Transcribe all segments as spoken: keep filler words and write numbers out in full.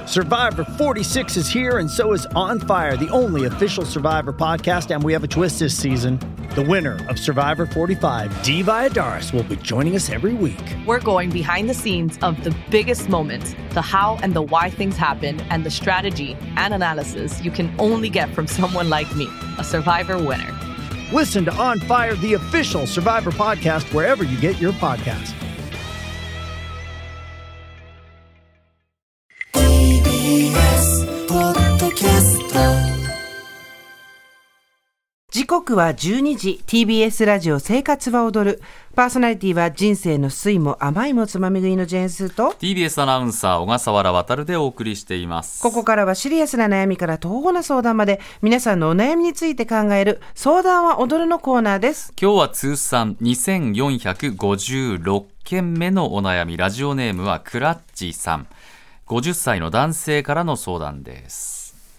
Survivor forty-six is here, and so is On Fire, the only official Survivor podcast, and we have a twist this season. The winner of Survivor forty-five, Dee Valladares, will be joining us every week. We're going behind the scenes of the biggest moments, the how and the why things happen, and the strategy and analysis you can only get from someone like me, a Survivor winner. Listen to On Fire, the official Survivor podcast, wherever you get your podcasts. 時刻はじゅうにじ。 ティービーエス ラジオ生活は踊る。パーソナリティは人生の酸いも甘いもつまみ食いのジェーンスーとティービーエス アナウンサー小笠原渉でお送りしています。 ここからはシリアスな悩みから東方な相談まで皆さんのお悩みについて考える相談は踊るのコーナーです。 今日は通算にせんよんひゃくごじゅうろっけんめのお悩み。ラジオネームはクラッチさん、ごじゅっさいの男性からの相談です。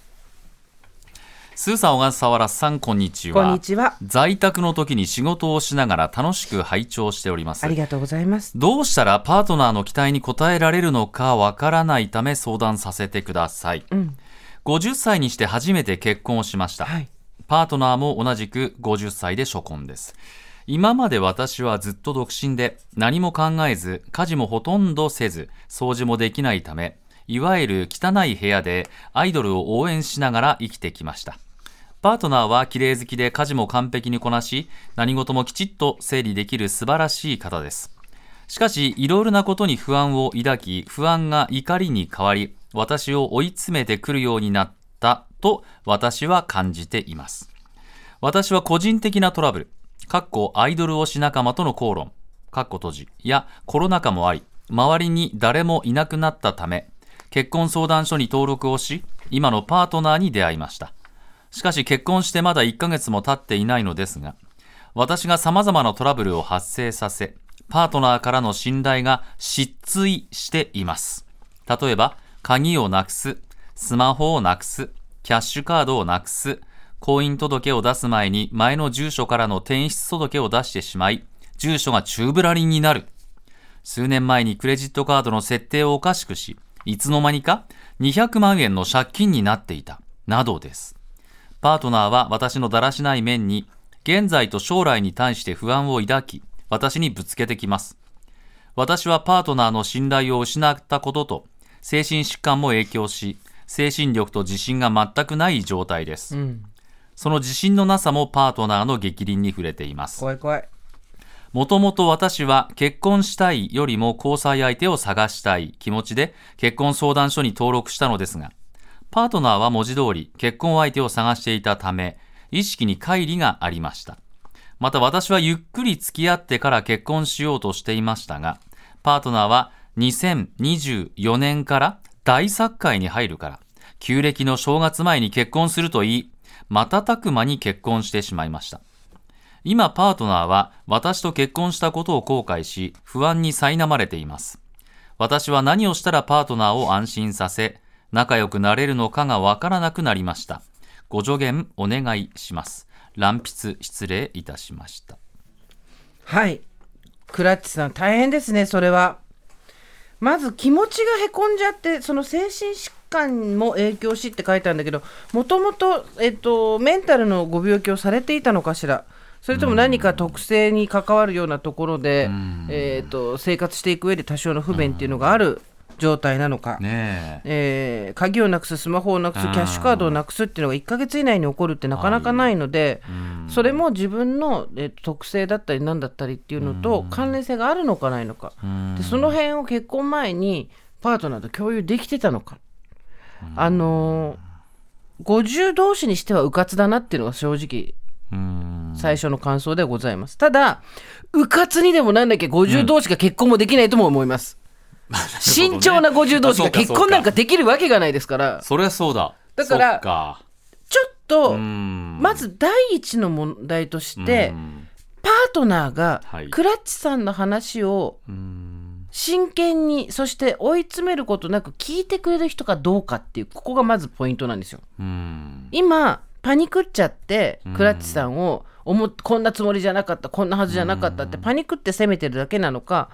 スーさん、小笠原さん、こんにちは。 こんにちは。 在宅の時に仕事をしながら楽しく拝聴しております。 ありがとうございます。 どうしたらパートナーの期待に応えられるのかわからないため相談させてください、うん、ごじゅっさいにして初めて結婚をしました、はい、パートナーも同じくごじゅっさいで初婚です。今まで私はずっと独身で何も考えず家事もほとんどせず掃除もできないため、いわゆる汚い部屋でアイドルを応援しながら生きてきました。パートナーは綺麗好きで家事も完璧にこなし、何事もきちっと整理できる素晴らしい方です。しかしいろいろなことに不安を抱き、不安が怒りに変わり、私を追い詰めてくるようになったと私は感じています。私は個人的なトラブル、かっこアイドル推し仲間との口論、かっこ閉じやコロナ禍もあり、周りに誰もいなくなったため、結婚相談所に登録をし、今のパートナーに出会いました。しかし結婚してまだいっかげつも経っていないのですが、私が様々なトラブルを発生させ、パートナーからの信頼が失墜しています。例えば、鍵をなくす、スマホをなくす、キャッシュカードをなくす、婚姻届を出す前に前の住所からの転出届を出してしまい、住所が宙ぶらりんになる。数年前にクレジットカードの設定をおかしくし、いつの間にかにひゃくまんえんの借金になっていた、などです。パートナーは私のだらしない面に、現在と将来に対して不安を抱き、私にぶつけてきます。私はパートナーの信頼を失ったことと、精神疾患も影響し、精神力と自信が全くない状態です。うん、その自信のなさもパートナーの逆鱗に触れています。 怖い怖い。 もともと私は結婚したいよりも交際相手を探したい気持ちで結婚相談所に登録したのですが、パートナーは文字通り結婚相手を探していたため、意識に乖離がありました。また私はゆっくり付き合ってから結婚しようとしていましたが、パートナーはにせんにじゅうよねんから大作会に入るから、旧暦の正月前に結婚すると言い、瞬く間に結婚してしまいました。今パートナーは私と結婚したことを後悔し、不安に苛まれています。私は何をしたらパートナーを安心させ、仲良くなれるのかがわからなくなりました。ご助言お願いします。乱筆失礼いたしました。 はい、クラッチさん大変ですね。それはまず気持ちがへこんじゃって、その精神疾患も影響しって書いてあるんだけど、もともと、えっと、メンタルのご病気をされていたのかしら、それとも何か特性に関わるようなところで、えっと、生活していく上で多少の不便っていうのがある状態なのか、ねえー、鍵をなくす、スマホをなくす、キャッシュカードをなくすっていうのがいっかげつ以内に起こるってなかなかないので、それも自分の、えー、特性だったり何だったりっていうのと関連性があるのかないのか、でその辺を結婚前にパートナーと共有できてたのか、あのー、ごじゅう同士にしてはうかつだなっていうのが正直最初の感想でございます。ただうかつにでもなんだっけごじゅう同士が結婚もできないとも思います。慎重なごじゅう同士が結婚なんかできるわけがないですから。 そりゃそうだ。 だからかちょっとまず第一の問題として、パートナーがクラッチさんの話を真剣に、そして追い詰めることなく聞いてくれる人かどうかっていう、ここがまずポイントなんですよ。今パニクっちゃってクラッチさんを思こんなつもりじゃなかった、こんなはずじゃなかったってパニクって責めてるだけなのか、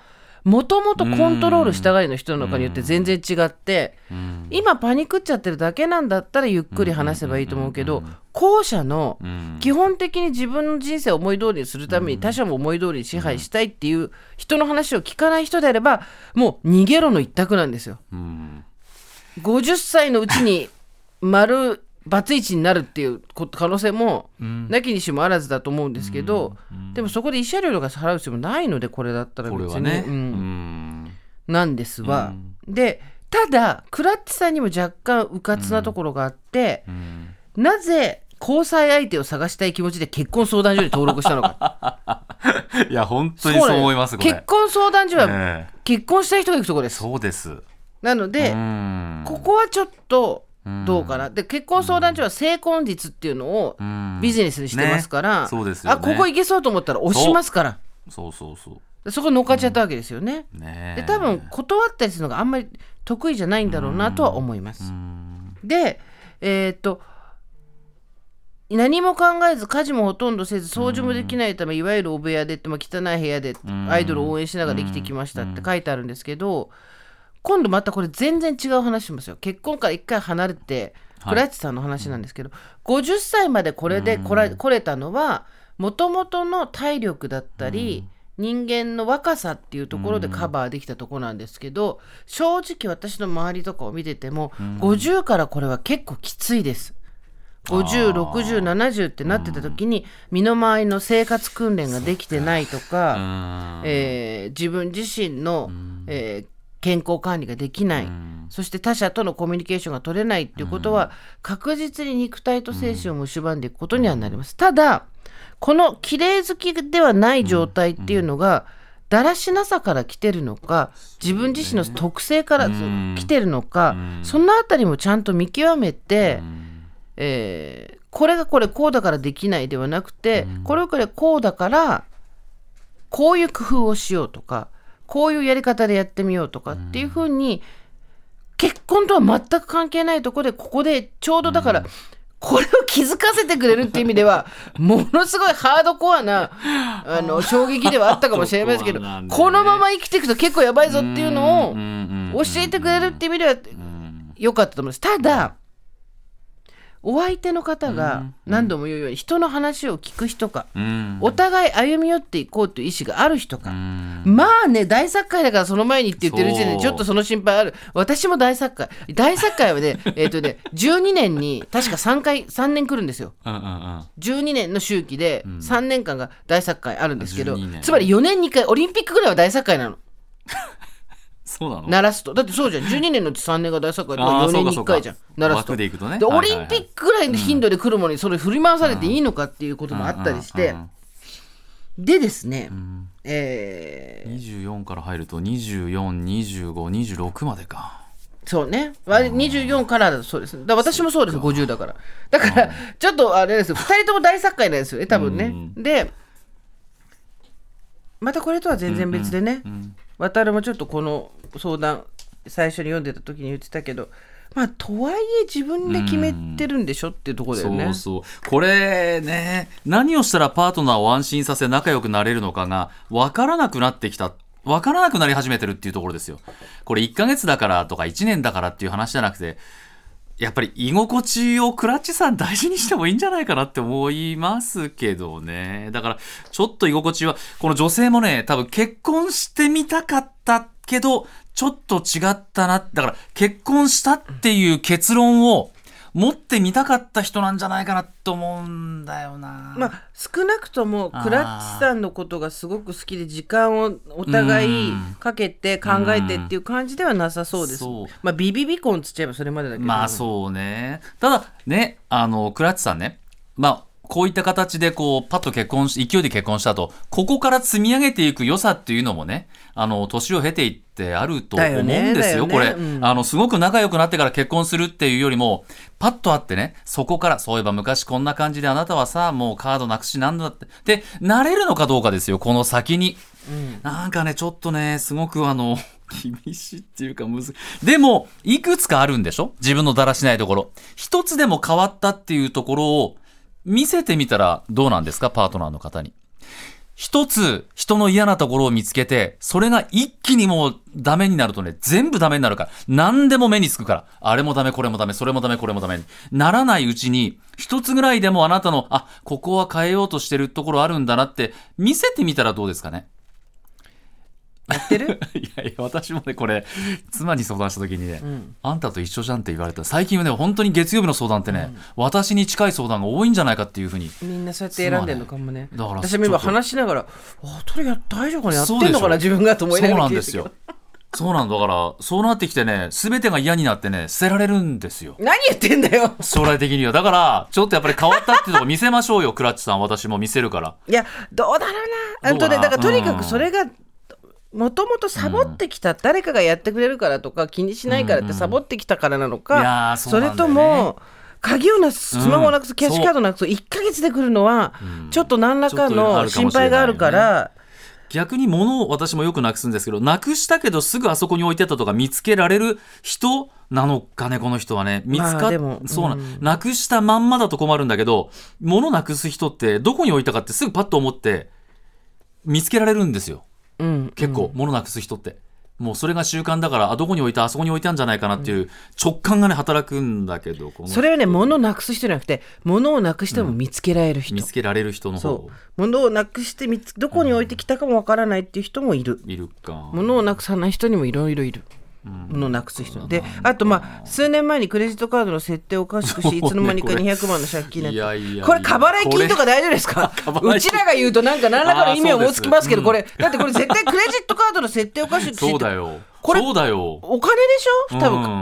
もともとコントロールしたがりの人の中によって全然違って、今パニクっちゃってるだけなんだったらゆっくり話せばいいと思うけど、後者の基本的に自分の人生を思い通りにするために他者も思い通りに支配したいっていう人の話を聞かない人であれば、もう逃げろの一択なんですよ。ごじゅっさいのうちに丸バツイチになるっていう可能性もなきにしもあらずだと思うんですけど、うん、でもそこで慰謝料とか払う必要もないので、これだったら別に、これはね、うん、なんですわ、うん、でただクラッチさんにも若干うかつなところがあって、うんうん、なぜ交際相手を探したい気持ちで結婚相談所に登録したのかいや本当にそう思います。これ結婚相談所は結婚したい人が行くところです、 えー、そうです。 なのでここはちょっとどうかな。で結婚相談所は成婚率っていうのをビジネスにしてますから、ね、そうですよね、あここ行けそうと思ったら押しますから、 そうそうそう、 そこ乗っかっちゃったわけですよね、うん、ねで多分断ったりするのがあんまり得意じゃないんだろうなとは思います。でえー、っと何も考えず家事もほとんどせず掃除もできないため、いわゆるお部屋でって、まあ、汚い部屋でアイドルを応援しながら生きてきましたって書いてあるんですけど、今度またこれ全然違う話しますよ。結婚から一回離れてクラッチさんの話なんですけど、はい、ごじゅっさいまでこれで来ら来れたのはもともとの体力だったり、うん、人間の若さっていうところでカバーできたところなんですけど、正直私の周りとかを見てても、うん、ごじゅうからこれは結構きついです。ごじゅう、ろくじゅう、ななじゅうってなってた時に身の回りの生活訓練ができてないとか、えー、自分自身の、えー健康管理ができない、うん、そして他者とのコミュニケーションが取れないっていうことは、うん、確実に肉体と精神を蝕んでいくことにはなります、うん、ただこの綺麗好きではない状態っていうのが、うん、だらしなさから来てるのか、自分自身の特性から来てるのか、うん、そのあたりもちゃんと見極めて、うんえー、これがこれこうだからできないではなくて、うん、これがこれこうだからこういう工夫をしようとか、こういうやり方でやってみようとかっていう風に、結婚とは全く関係ないところでここでちょうどだからこれを気づかせてくれるっていう意味ではものすごいハードコアなあの衝撃ではあったかもしれませんけど、このまま生きていくと結構やばいぞっていうのを教えてくれるっていう意味では良かったと思います。ただお相手の方が何度も言うように人の話を聞く人か、うん、お互い歩み寄っていこうという意思がある人か、うん、まあね大作会だからその前にって言ってる時点でちょっとその心配ある。私も大作会大作会はねえっとねじゅうにねんに確かさんかいさんねん来るんですよ、うんうんうん、じゅうにねんの周期でさんねんかんが大作会あるんですけど、うん、つまりよねんにかいオリンピックぐらいは大作会なのそうなの？ 鳴らすとだってそうじゃん、じゅうにねんのうちさんねんが大作会でよねんにいっかいじゃん鳴らすと。 枠でいくとね、 でオリンピックぐらいの頻度で来るものにそれ振り回されていいのかっていうこともあったりして、うんうんうんうん、でですね、うんえー、 にじゅうよんから入るとにじゅうよん、にじゅうご、にじゅうろくまでか。 そうね、にじゅうよんからだとそうです。だから私もそうです、ごじゅうだからだからちょっとあれですよ、ふたりとも大作会なんですよね多分ね、うん、でまたこれとは全然別でね、うんうんうん渡るもちょっとこの相談最初に読んでた時に言ってたけど、まあとはいえ自分で決めてるんでしょっていうところだよね。 そうそうこれね、何をしたらパートナーを安心させ仲良くなれるのかが分からなくなってきた、分からなくなり始めてるっていうところですよ。これいっかげつだからとかいちねんだからっていう話じゃなくて、やっぱり居心地をクラッチさん大事にしてもいいんじゃないかなって思いますけどね。だからちょっと居心地はこの女性もね、多分結婚してみたかったけどちょっと違ったな、だから結婚したっていう結論を持ってみたかった人なんじゃないかなと思うんだよな。 まあ少なくともクラッチさんのことがすごく好きで時間をお互いかけて考えてっていう感じではなさそうです。そうまあビビビコンつっちゃえばそれまでだけど、 まあそうね。ただね、あのクラッチさんね、まあこういった形でこうパッと結婚し勢いで結婚した後、ここから積み上げていく良さっていうのもね、あの年を経ていってあると思うんですよ。これ、うん、あのすごく仲良くなってから結婚するっていうよりもパッと会ってね、そこからそういえば昔こんな感じであなたはさもうカードなくしなんだってでなれるのかどうかですよ、この先に、うん、なんかねちょっとねすごくあの厳しいっていうかむずい。でもいくつかあるんでしょ、自分のだらしないところ。一つでも変わったっていうところを見せてみたらどうなんですか、パートナーの方に。 一つ人の嫌なところを見つけて、それが一気にもうダメになるとね、全部ダメになるから、何でも目につくから、あれもダメ、これもダメ、それもダメ、これもダメにならないうちに、一つぐらいでもあなたの、あ、ここは変えようとしてるところあるんだなって見せてみたらどうですかね。 やってるいやいや、私もね、これ妻に相談した時にね、 うん、 あんたと一緒じゃんって言われた。最近はね、本当に月曜日の相談ってね、うん、私に近い相談が多いんじゃないかっていうふうに、 みんなそうやって選んでるのかもね。 だから私も今話しながら、あ、トリや大丈夫かな、やってんのかな自分がと思いながら聞いてるけど。 そうなんですよ。そうなんだから、そうなってきてね、全てが嫌になってね、捨てられるんですよ。 何言ってんだよ。 将来的には。だからちょっとやっぱり変わったっていうとこ見せましょうよ。クラッチさん、私も見せるから。 いや、どうだろうな。あとね、だからとにかくそれが、もともとサボってきた、うん、誰かがやってくれるからとか気にしないからってサボってきたからなのか、うんうん、そ, それとも鍵をなくす、スマホをなくす、うん、キャッシュカードをなくすいっかげつで来るのは、うん、ちょっと何らかの心配があるから、 逆に物を私もよくなくすんですけど、なくしたけどすぐあそこに置いてたとか見つけられる人なのかね、この人はね。見つかっ、まあ、そうな、うん、なくしたまんまだと困るんだけど、物なくす人ってどこに置いたかってすぐパッと思って見つけられるんですよ。うん、結構物なくす人ってもうそれが習慣だから、あ、どこに置いた、あそこに置いたんじゃないかなっていう直感がね働くんだけど、このそれはね、物なくす人じゃなくて、物をなくしても見つけられる人、 うん、見つけられる人の方。 そう、物をなくして見つどこに置いてきたかもわからないっていう人もいる、 うん、いるか。 物をなくさない人にもいろいろいる、うん、物をなくす人で、あとまあ数年前にクレジットカードの設定をおかしくし、いつの間にかにひゃくまんの借金になって、いやいやいや、これ過払い金とか大丈夫ですか？うちらが言うとなんか何らかの意味を持つきますけど、これだってこれ絶対クレジットカードの設定をおかしくして、 そうだよ、 これそうだよ、 お金でしょ多分、うん、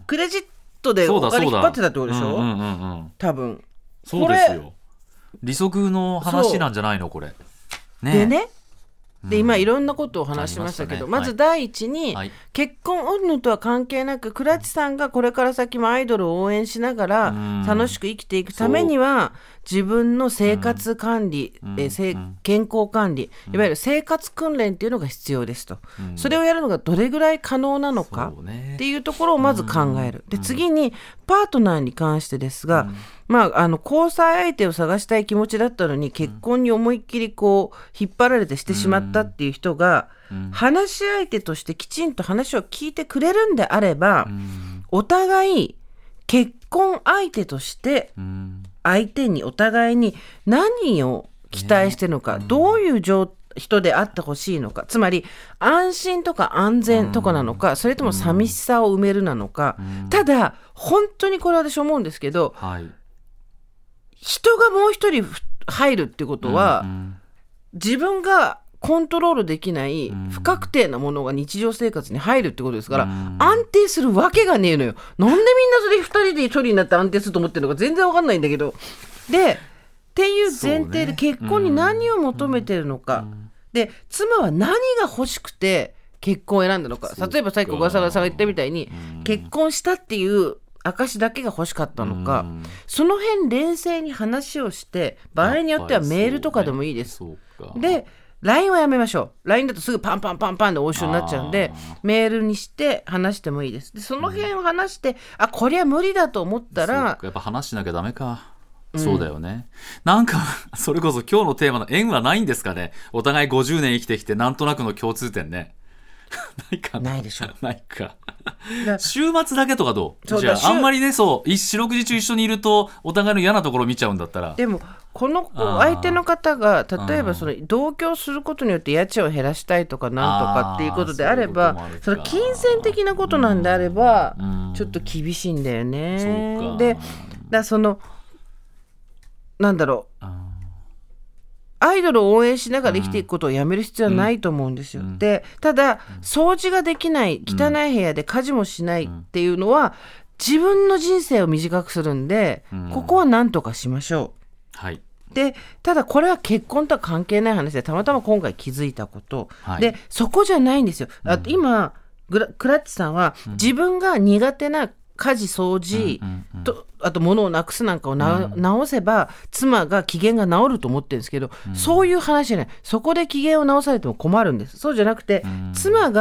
クレジットでお金引っ張ってたってことでしょ、うんうんうん、多分そうですよ。利息の話なんじゃないのこれ、 ね、でね、で今いろんなことを話しましたけど、 ま, ね、まず第一に、はい、結婚云々とは関係なく、クラッチさんがこれから先もアイドルを応援しながら楽しく生きていくためには、自分の生活管理、えー、健康管理、いわゆる生活訓練っていうのが必要ですと、うん、それをやるのがどれぐらい可能なのかっていうところをまず考える。で次にパートナーに関してですが、うんまあ、あの交際相手を探したい気持ちだったのに、結婚に思いっきりこう引っ張られてしてしまったっていう人が、うん、話し相手としてきちんと話を聞いてくれるんであれば、うん、お互い結婚相手として相手にお互いに何を期待してるのか、ね、どういう状人であってほしいのか、つまり安心とか安全とかなのか、それとも寂しさを埋めるなのか、うん、ただ本当にこれは私思うんですけど、はい、人がもう一人入るってことは、うんうん、自分がコントロールできない不確定なものが日常生活に入るってことですから、うん、安定するわけがねえのよ。なんでみんなそれふたりで処理になって安定すると思ってるのか全然わかんないんだけど、でっていう前提で結婚に何を求めてるのか、うん、で妻は何が欲しくて結婚を選んだのか、例えばさっき小笠原さんが言ったみたいに、うん、結婚したっていう証だけが欲しかったのか、うん、その辺冷静に話をして、場合によってはメールとかでもいいです。で ライン はやめましょう。 ライン だとすぐパンパンパンパンで応酬になっちゃうんで、メールにして話してもいいです。でその辺を話して、うん、あこりゃ無理だと思ったら、 やっぱ話しなきゃダメか、うん、そうだよね。なんかそれこそ今日のテーマの縁はないんですかね。お互いごじゅうねん生きてきてなんとなくの共通点ねないかな。 ないでしょ。 ないか週末だけとかどう？じゃああんまりね、そう四六時中一緒にいるとお互いの嫌なところ見ちゃうんだったら。 でもこの相手の方が例えばその同居することによって家賃を減らしたいとかなんとかっていうことであれば、その金銭的なことなんであればちょっと厳しいんだよね。そうか。でだそのなんだろう、アイドルを応援しながら生きていくことをやめる必要はないと思うんですよ、うん、でただ掃除ができない汚い部屋で家事もしないっていうのは自分の人生を短くするんで、うん、ここは何とかしましょう、はい、でただこれは結婚とは関係ない話で、たまたま今回気づいたこと、はい、でそこじゃないんですよ。あと今グラクラッチさんは自分が苦手な家事掃除と、うんうんうん、あと物をなくすなんかをな、うん、直せば妻が機嫌が治ると思ってるんですけど、うん、そういう話じゃない。そこで機嫌を直されても困るんです。そうじゃなくて、うん、妻が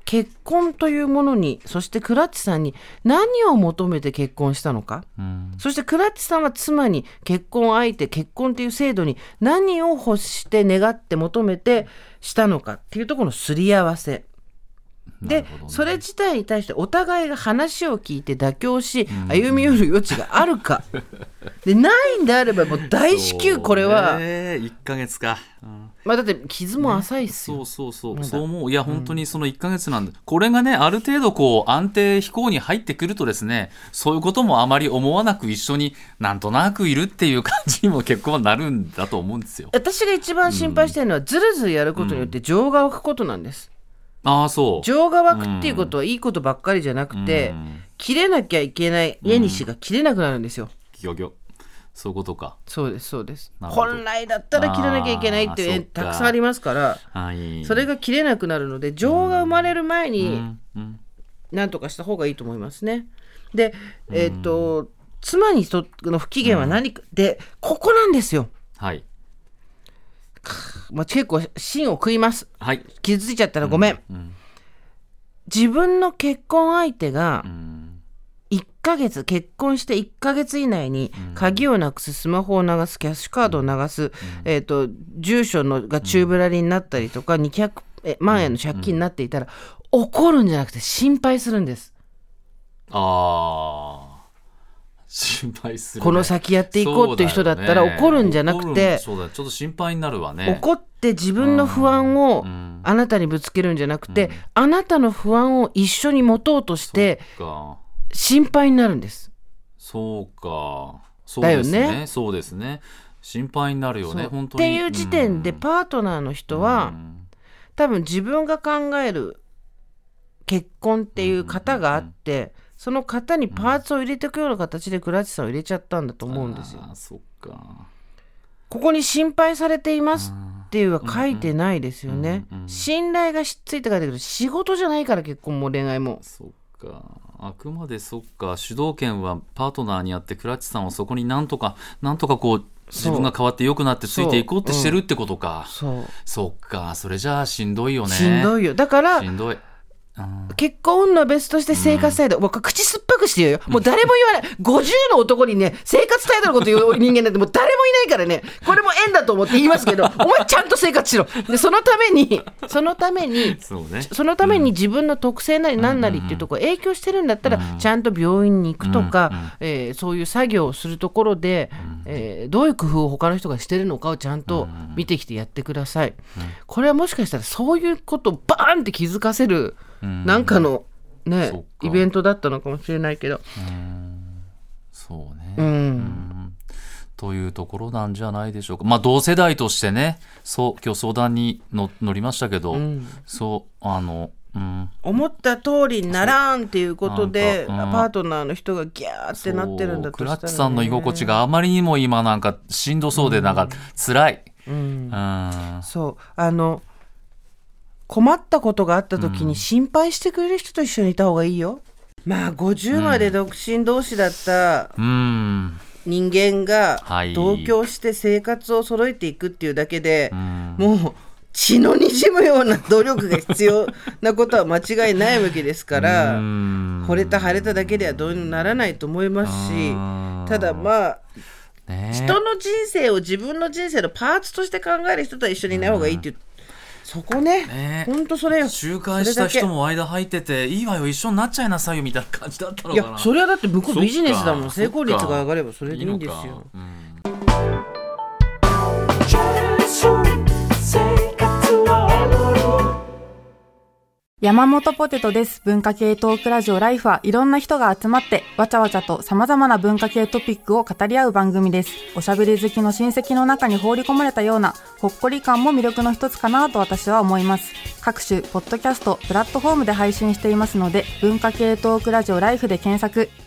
結婚というものに、そしてクラッチさんに何を求めて結婚したのか、うん、そしてクラッチさんは妻に結婚相手、結婚という制度に何を欲して願って求めてしたのかっていうところのすり合わせで、ね、それ自体に対してお互いが話を聞いて妥協し、うん、歩み寄る余地があるかでないんであればもう大至急これは、 ね、いっかげつか、うんまあ、だって傷も浅いっすよ、 ね、そうそうそう、そう思う。いや本当にそのいっかげつなんで、うん、これがねある程度こう安定飛行に入ってくるとですね、そういうこともあまり思わなく一緒になんとなくいるっていう感じにも結婚はなるんだと思うんですよ。 私が一番心配してるのは、うん、ずるずるやることによって情が湧くことなんです、 うん、ああそう。 情が湧くっていうことはいいことばっかりじゃなくて、うん、切れなきゃいけない家西が切れなくなるんですよ、 うん、ギョギョそういうことか。 そうですそうです。本来だったら切らなきゃいけないっていうたくさんありますから、はい、それが切れなくなるので情が生まれる前に何とかした方がいいと思いますね。で、えー、と妻にとの不機嫌は何か、うん、でここなんですよ。はい。まあ、結構芯を食います、はい、傷ついちゃったらごめん、うんうん、自分の結婚相手が、うんいっかげつ結婚していっかげつ以内に鍵をなくす、スマホを流す、キャッシュカードを流す、うんえー、と住所のが宙ぶらりになったりとかにひゃくまんえんの借金になっていたら、うん、怒るんじゃなくて心配するんです。 あー心配する、ね、 この先やっていこうっていう人だったら怒るんじゃなくて、 そうだね、そうだちょっと心配になるわね。 怒って自分の不安をあなたにぶつけるんじゃなくて、うん、あなたの不安を一緒に持とうとして心配になるんです。 そうか、そうですね、だよね。そうですね、心配になるよね本当に。 っていう時点でパートナーの人は、うん、多分自分が考える結婚っていう型があって、うんうんうん、その型にパーツを入れていくような形でクラッチさんを入れちゃったんだと思うんですよ。 あ、そっか。 ここに心配されていますっていうは書いてないですよね、うんうんうん、信頼がしっついて書いてくる。仕事じゃないから結婚も恋愛も。 そっか、あくまでそっか、主導権はパートナーにあって、クラッチさんはそこになんとかなんとかこう自分が変わって良くなってついていこうってしてるってことか。そう、うん、そっか、それじゃあしんどいよね。 しんどいよ。だからしんどい、うん、 結婚の別として生活態度、うん、僕口酸っぱくして言うよ。もう誰も言わないごじゅうの男にね生活態度のこと言う人間なんてもう誰もいないからね、これも縁だと思って言いますけどお前ちゃんと生活しろ。でそのためにそのためにそ、ね、そのために自分の特性なり何なりっていうところ影響してるんだったら、うん、ちゃんと病院に行くとか、うんえー、そういう作業をするところで、うんえー、どういう工夫を他の人がしてるのかをちゃんと見てきてやってください、うん、これはもしかしたらそういうことをバーンって気づかせるなんかのねイベントだったのかもしれないけど、うーんそうね、うんうん、というところなんじゃないでしょうか。まあ同世代としてね、そう今日相談にの乗りましたけど、うん、そうあの、うん、 思った通りにならんっていうことで、うん、パートナーの人がギャーってなってるんだとしたら、ね、 クラッチさんの居心地があまりにも今なんかしんどそうでなんか辛い、 うんうん、そうあの困ったことがあった時に心配してくれる人と一緒にいた方がいいよ、うん、まあごじゅうまで独身同士だった人間が同居して生活を揃えていくっていうだけで、うん、もう血のにじむような努力が必要なことは間違いないわけですから惚れた腫れただけではどうにもならないと思いますし、ただまあね、人の人生を自分の人生のパーツとして考える人とは一緒にいない方がいいっていう、そこね、ね、ほんとそれよ。 仲介した人も間入ってていいわよ一緒になっちゃいなさいよみたいな感じだったのかな。 いやそれはだって向こうビジネスだもん。成功率が上がればそれでいいんですよ。いい、うん、 山本ポテトです。文化系トークラジオライフはいろんな人が集まってわちゃわちゃと様々な文化系トピックを語り合う番組です。おしゃべり好きの親戚の中に放り込まれたようなほっこり感も魅力の一つかなと私は思います。各種ポッドキャストプラットフォームで配信していますので、文化系トークラジオライフで検索。